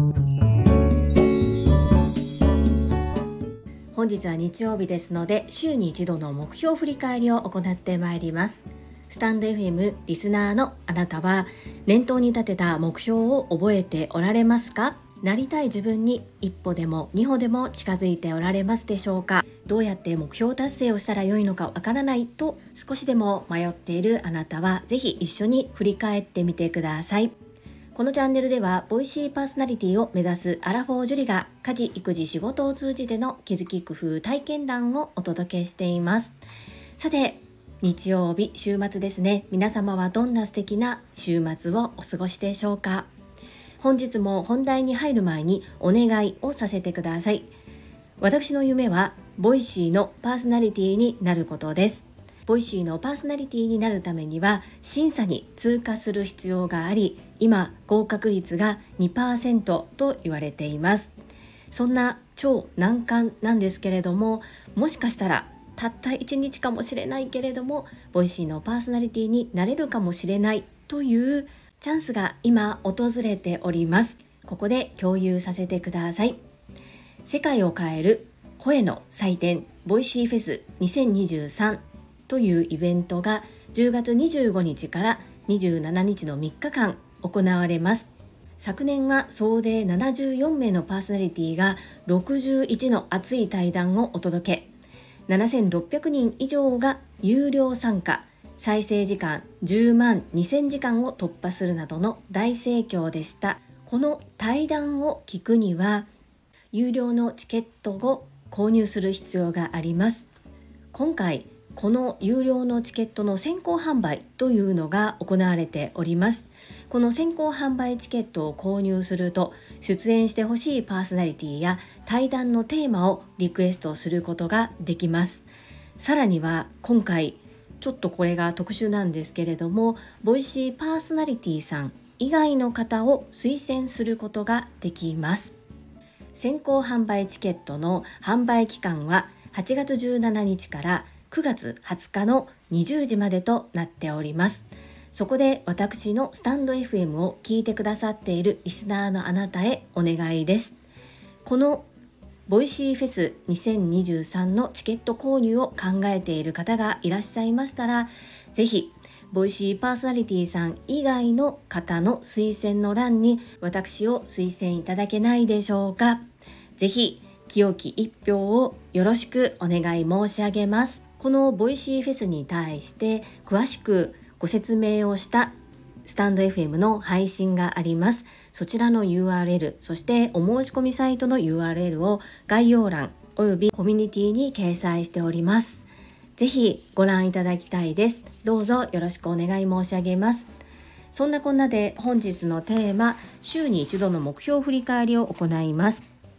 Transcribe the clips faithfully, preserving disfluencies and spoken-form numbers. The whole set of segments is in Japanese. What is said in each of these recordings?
本日は日曜日ですので、週に一度の目標振り返りを行ってまいります。スタンド エフエム リスナーのあなたは、念頭に立てた目標を覚えておられますか？なりたい自分に一歩でも二歩でも近づいておられますでしょうか？どうやって目標達成をしたら良いのかわからないと少しでも迷っているあなたは、ぜひ一緒に振り返ってみてください。このチャンネルでは、ボイシーパーソナリティを目指すアラフォージュリが、家事育児仕事を通じての気づき工夫体験談をお届けしています。さて、日曜日週末ですね。皆様はどんな素敵な週末をお過ごしでしょうか？本日も本題に入る前にお願いをさせてください。私の夢はボイシーのパーソナリティになることです。ボイシーのパーソナリティになるためには審査に通過する必要があり、今合格率が にパーセント と言われています。そんな超難関なんですけれども、もしかしたらたったいちにちかもしれないけれども、ボイシーのパーソナリティになれるかもしれないというチャンスが今訪れております。ここで共有させてください。世界を変える声の祭典、ボイシーフェスにせんにじゅうさんというイベントがじゅうがつにじゅうごにちからにじゅうしちにちのみっかかん行われます。昨年は総勢ななじゅうよんめいのパーソナリティがろくじゅういちの熱い対談をお届け、ななせんろっぴゃくにん以上が有料参加、再生時間じゅうまんにせんじかんを突破するなどの大盛況でした。この対談を聞くには有料のチケットを購入する必要があります。今回この有料のチケットの先行販売というのが行われております。この先行販売チケットを購入すると、出演してほしいパーソナリティや対談のテーマをリクエストすることができます。さらには今回ちょっとこれが特殊なんですけれども、ボイシーパーソナリティさん以外の方を推薦することができます。先行販売チケットの販売期間ははちがつじゅうしちにちからくがつはつかのにじゅうじまでとなっております。そこで私のスタンド エフエム を聞いてくださっているリスナーのあなたへお願いです。このボイシーフェスにせんにじゅうさんのチケット購入を考えている方がいらっしゃいましたら、ぜひボイシーパーソナリティさん以外の方の推薦の欄に私を推薦いただけないでしょうか。ぜひ清き一票をよろしくお願い申し上げます。このボイシーフェスに対して詳しくご説明をしたスタンド エフエム の配信があります。そちらの ユーアールエル、そしてお申し込みサイトの ユーアールエル を概要欄およびコミュニティに掲載しております。ぜひご覧いただきたいです。どうぞよろしくお願い申し上げます。そんなこんなで本日のテーマ、週に一度の目標振り返りを行います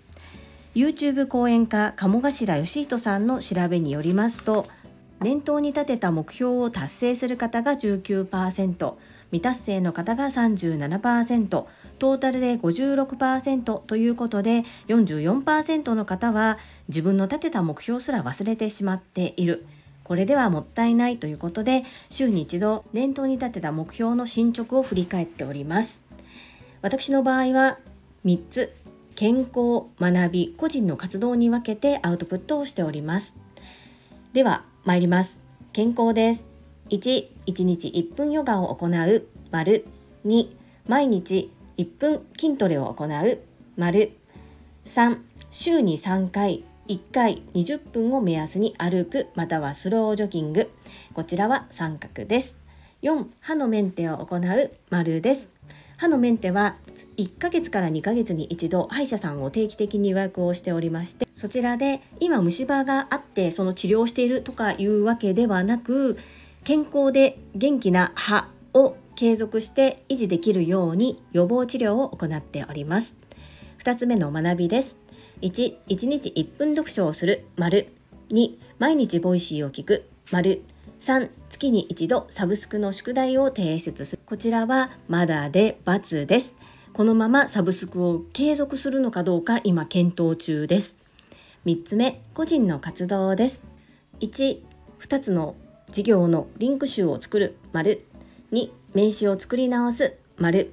。YouTube 講演家鴨頭義人さんの調べによりますと、念頭に立てた目標を達成する方が じゅうきゅうパーセント、未達成の方が さんじゅうななパーセント、トータルで ごじゅうろくパーセント ということで、 よんじゅうよんパーセント の方は自分の立てた目標すら忘れてしまっている。これではもったいないということで、週に一度念頭に立てた目標の進捗を振り返っております。私の場合はみっつ、健康、学び、個人の活動に分けてアウトプットをしております。では参ります。健康です。いち、いちにちいっぷんヨガを行う、丸。に、毎日いっぷん筋トレを行う、丸。さん、週にさんかい、いっかいにじゅっぷんを目安に歩くまたはスロージョギング、こちらは三角です。よん、歯のメンテを行う、丸です。歯のメンテはいっかげつからにかげつに一度歯医者さんを定期的に予約をしておりまして、そちらで今虫歯があってその治療をしているとかいうわけではなく、健康で元気な歯を継続して維持できるように予防治療を行っております。ふたつめの学びです。いち、いちにちいっぷん読書をする、丸。に、毎日ボイシーを聞く、丸。さん、月に一度サブスクの宿題を提出する。こちらはまだで×です。このままサブスクを継続するのかどうか今検討中です。みっつめ、個人の活動です。いち、ふたつの事業のリンク集を作る、丸。に、名刺を作り直す、丸。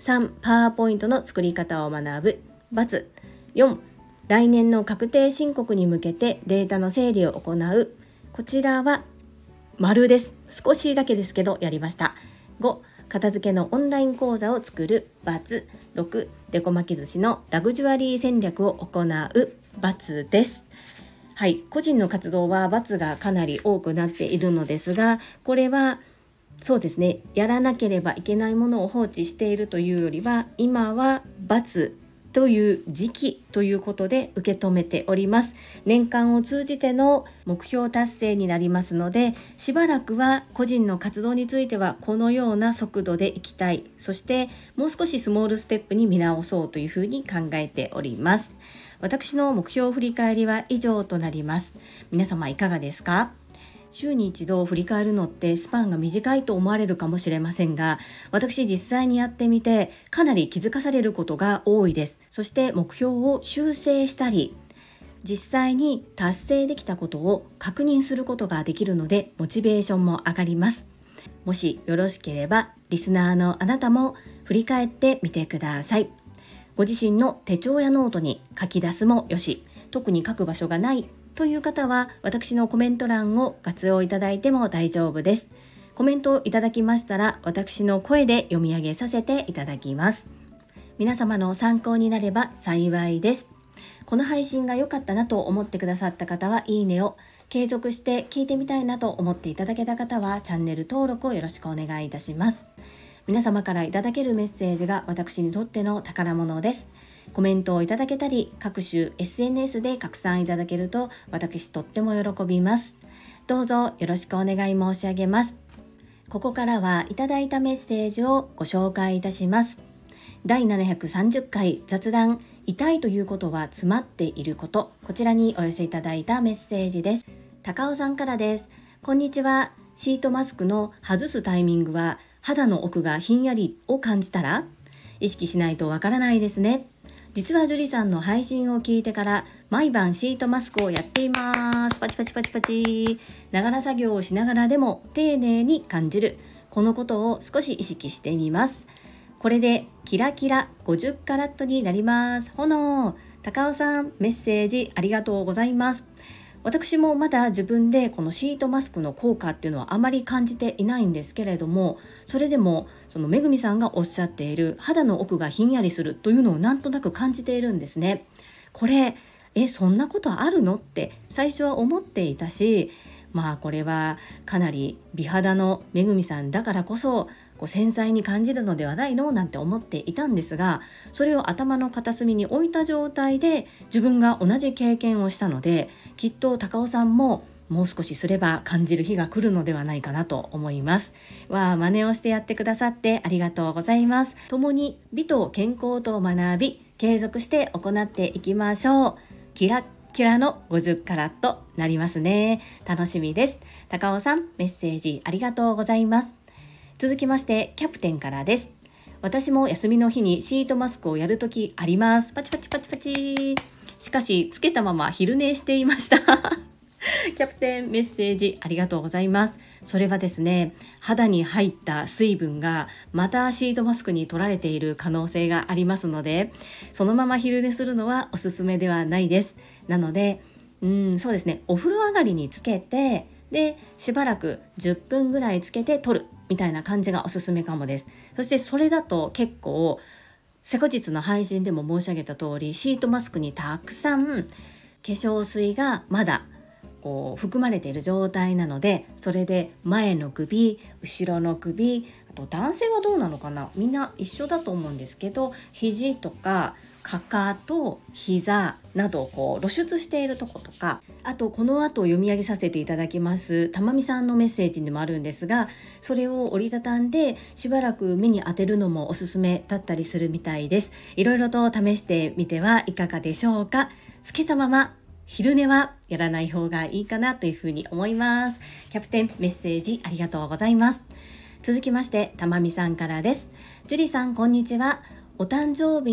さん、パワーポイントの作り方を学ぶ。×。よん、来年の確定申告に向けてデータの整理を行う。こちらは丸です。少しだけですけどやりました。ご、片付けのオンライン講座を作る。×。ろく、デコ巻き寿司のラグジュアリー戦略を行う。×です。はい、個人の活動は×がかなり多くなっているのですが、これはそうですね、やらなければいけないものを放置しているというよりは、今は×という時期ということで受け止めております。年間を通じての目標達成になりますので、しばらくは個人の活動についてはこのような速度でいきたい。そしてもう少しスモールステップに見直そうというふうに考えております。私の目標振り返りは以上となります。皆様いかがですか？週に一度振り返るのってスパンが短いと思われるかもしれませんが、私実際にやってみてかなり気づかされることが多いです。そして目標を修正したり、実際に達成できたことを確認することができるので、モチベーションも上がります。もしよろしければリスナーのあなたも振り返ってみてください。ご自身の手帳やノートに書き出すもよし、特に書く場所がないという方は私のコメント欄を活用いただいても大丈夫です。コメントをいただきましたら私の声で読み上げさせていただきます。皆様の参考になれば幸いです。この配信が良かったなと思ってくださった方はいいねを、継続して聞いてみたいなと思っていただけた方はチャンネル登録をよろしくお願いいたします。皆様からいただけるメッセージが私にとっての宝物です。コメントをいただけたり、各種 エスエヌエス で拡散いただけると私とっても喜びます。どうぞよろしくお願い申し上げます。ここからはいただいたメッセージをご紹介いたします。だいななひゃくさんじゅっかい雑談、痛いということは詰まっていること、こちらにお寄せいただいたメッセージです。高尾さんからです。こんにちは。シートマスクの外すタイミングは肌の奥がひんやりを感じたら意識しないとわからないですね。実はジュリさんの配信を聞いてから毎晩シートマスクをやっています。パチパチパチパチ。ながら作業をしながらでも丁寧に感じる。このことを少し意識してみます。これでキラキラごじゅうカラットになります。炎。高尾さん、メッセージありがとうございます。私もまだ自分でこのシートマスクの効果っていうのはあまり感じていないんですけれども、それでもそのめぐみさんがおっしゃっている肌の奥がひんやりするというのをなんとなく感じているんですね。これえそんなことあるのって最初は思っていたし、まあこれはかなり美肌のめぐみさんだからこそこう繊細に感じるのではないのなんて思っていたんですが、それを頭の片隅に置いた状態で自分が同じ経験をしたので、きっと高尾さんももう少しすれば感じる日が来るのではないかなと思います。わあ、真似をしてやってくださってありがとうございます。共に美と健康と学び、継続して行っていきましょう。キラッキラのごじゅうカラットなりますね。楽しみです。高尾さん、メッセージありがとうございます。続きましてキャプテンからです。私も休みの日にシートマスクをやるときあります。パチパチパチパチ。しかしつけたまま昼寝していましたキャプテン、メッセージありがとうございます。それはですね、肌に入った水分がまたシートマスクに取られている可能性がありますので、そのまま昼寝するのはおすすめではないです。なのでうーんそうですね、お風呂上がりにつけて、でしばらくじゅっぷんぐらいつけて取るみたいな感じがおすすめかもです。そしてそれだと結構昨日の配信でも申し上げた通り、シートマスクにたくさん化粧水がまだこう含まれている状態なので、それで前の首、後ろの首、あと男性はどうなのかな、みんな一緒だと思うんですけど、肘とかかかと、膝などこう露出しているとことか、あとこの後読み上げさせていただきますたまみさんのメッセージにもあるんですが、それを折りたたんでしばらく目に当てるのもおすすめだったりするみたいです。いろいろと試してみてはいかがでしょうか。つけたまま昼寝はやらない方がいいかなというふうに思います。キャプテン、メッセージありがとうございます。続きましてたまみさんからです。ジュリさん、こんにちは。お誕生日に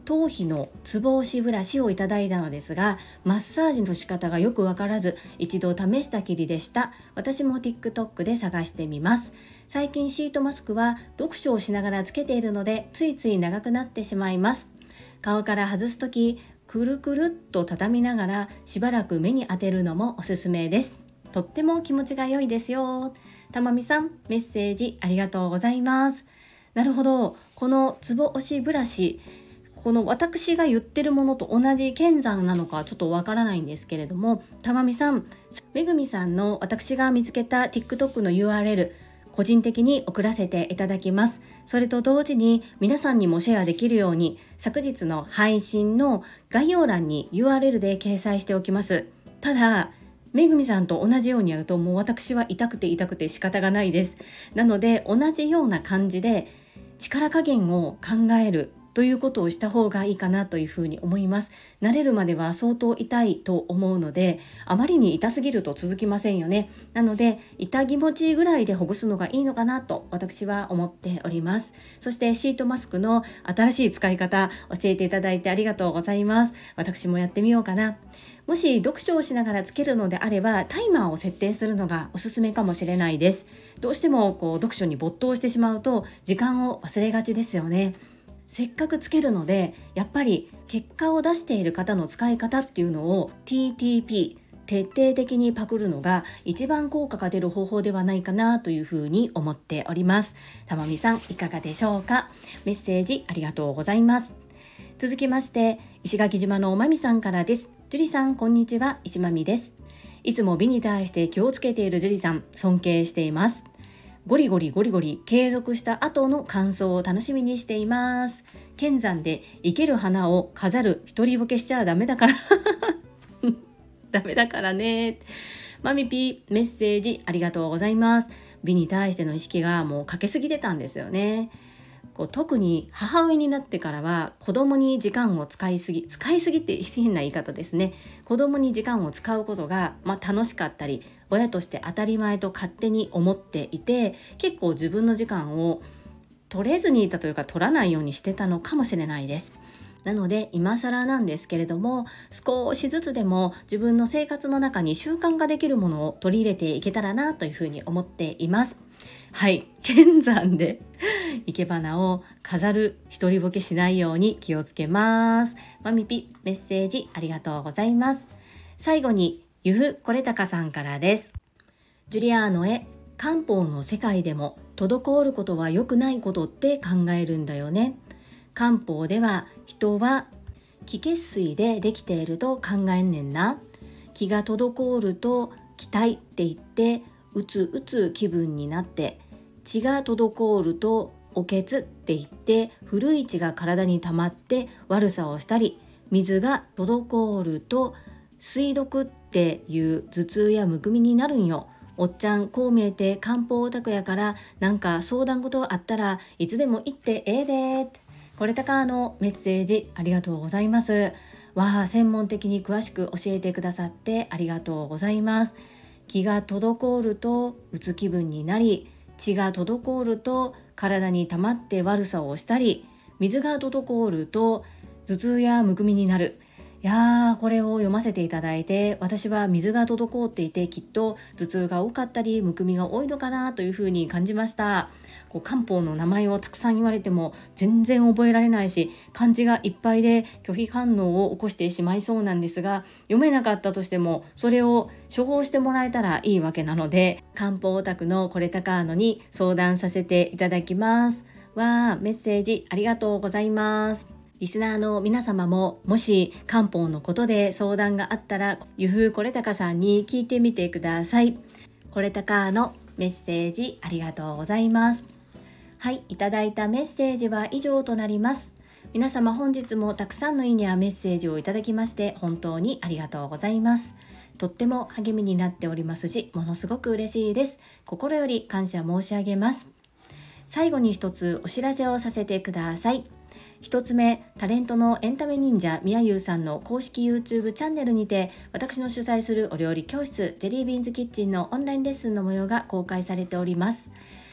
頭皮のつぼ押しブラシをいただいたのですが、マッサージの仕方がよくわからず一度試したきりでした。私も TikTok で探してみます。最近シートマスクは読書をしながらつけているのでついつい長くなってしまいます。顔から外すときくるくるっと畳みながらしばらく目に当てるのもおすすめです。とっても気持ちが良いですよ。たまみさん、メッセージありがとうございます。なるほど、このつぼ押しブラシ、この私が言ってるものと同じ剣山なのかちょっとわからないんですけれども、たまみさん、めぐみさんの私が見つけた TikTok の ユーアールエル、個人的に送らせていただきます。それと同時に皆さんにもシェアできるように昨日の配信の概要欄に ユーアールエル で掲載しておきます。ただめぐみさんと同じようにやるともう私は痛くて痛くて仕方がないです。なので同じような感じで力加減を考えるということをした方がいいかなというふうに思います。慣れるまでは相当痛いと思うので、あまりに痛すぎると続きませんよね。なので痛気持ちぐらいでほぐすのがいいのかなと私は思っております。そしてシートマスクの新しい使い方教えていただいてありがとうございます。私もやってみようかな。もし読書をしながらつけるのであればタイマーを設定するのがおすすめかもしれないです。どうしてもこう読書に没頭してしまうと時間を忘れがちですよね。せっかくつけるのでやっぱり結果を出している方の使い方っていうのを ティーティーピー 徹底的にパクるのが一番効果が出る方法ではないかなというふうに思っております。たまみさんいかがでしょうか。メッセージありがとうございます。続きまして石垣島のおまみさんからです。ジュリさんこんにちは、石まみです。いつも美に対して気をつけているジュリさん尊敬しています。ゴリゴリゴリゴリ継続した後の感想を楽しみにしています。剣山で生ける花を飾る一人ボケしちゃダメだからダメだからね。マミピーメッセージありがとうございます。美に対しての意識がもうかけすぎてたんですよね。こう特に母親になってからは子供に時間を使いすぎ使いすぎって変な言い方ですね。子供に時間を使うことが、まあ、楽しかったり親として当たり前と勝手に思っていて、結構自分の時間を取れずにいたというか取らないようにしてたのかもしれないです。なので今更なんですけれども、少しずつでも自分の生活の中に習慣ができるものを取り入れていけたらなというふうに思っています。はい、剣山で生け花を飾る一人ボケしないように気をつけます。マミピメッセージありがとうございます。最後にゆふこれたかさんからです。ジュリアーノへ、漢方の世界でも滞ることは良くないことって考えるんだよね。漢方では人は気血水でできていると考えんねんな。気が滞ると気体って言ってうつうつ気分になって、血が滞るとおけつって言って古い血が体に溜まって悪さをしたり、水が滞ると水毒っていう頭痛やむくみになるんよ。おっちゃんこう見えて漢方オタクやから、なんか相談事あったらいつでも言ってええで。これたかのメッセージありがとうございます。わあ、専門的に詳しく教えてくださってありがとうございます。気が滞るとうつ気分になり、血が滞ると体に溜まって悪さをしたり、水が滞ると頭痛やむくみになる。いやー、これを読ませていただいて、私は水が滞っていてきっと頭痛が多かったりむくみが多いのかなというふうに感じました。こう漢方の名前をたくさん言われても全然覚えられないし、漢字がいっぱいで拒否反応を起こしてしまいそうなんですが、読めなかったとしてもそれを処方してもらえたらいいわけなので、漢方オタクのこれたかーのに相談させていただきます。わー、メッセージありがとうございます。リスナーの皆様ももし漢方のことで相談があったら、ゆふこれたかさんに聞いてみてください。これたかのメッセージありがとうございます。はい、いただいたメッセージは以上となります。皆様本日もたくさんのいいねやメッセージをいただきまして本当にありがとうございます。とっても励みになっておりますし、ものすごく嬉しいです。心より感謝申し上げます。最後に一つお知らせをさせてください。一つ目、タレントのエンタメ忍者みやゆうさんの公式 YouTube チャンネルにて、私の主催するお料理教室ジェリービーンズキッチンのオンラインレッスンの模様が公開されております。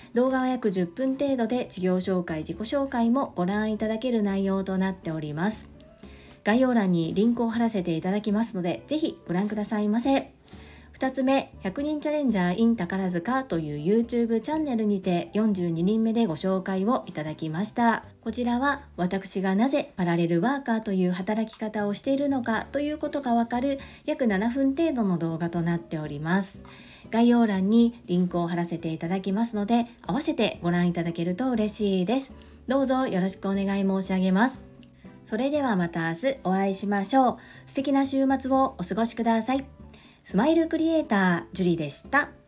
動画は約じゅっぷん程度で事業紹介、自己紹介もご覧いただける内容となっております。概要欄にリンクを貼らせていただきますので、ぜひご覧くださいませ。ふたつめ、ひゃくにんチャレンジャー in 宝塚という YouTube チャンネルにてよんじゅうににんめでご紹介をいただきました。こちらは私がなぜパラレルワーカーという働き方をしているのかということがわかる約ななふん程度の動画となっております。概要欄にリンクを貼らせていただきますので、合わせてご覧いただけると嬉しいです。どうぞよろしくお願い申し上げます。それではまた明日お会いしましょう。素敵な週末をお過ごしください。スマイルクリエイター、ジュリでした。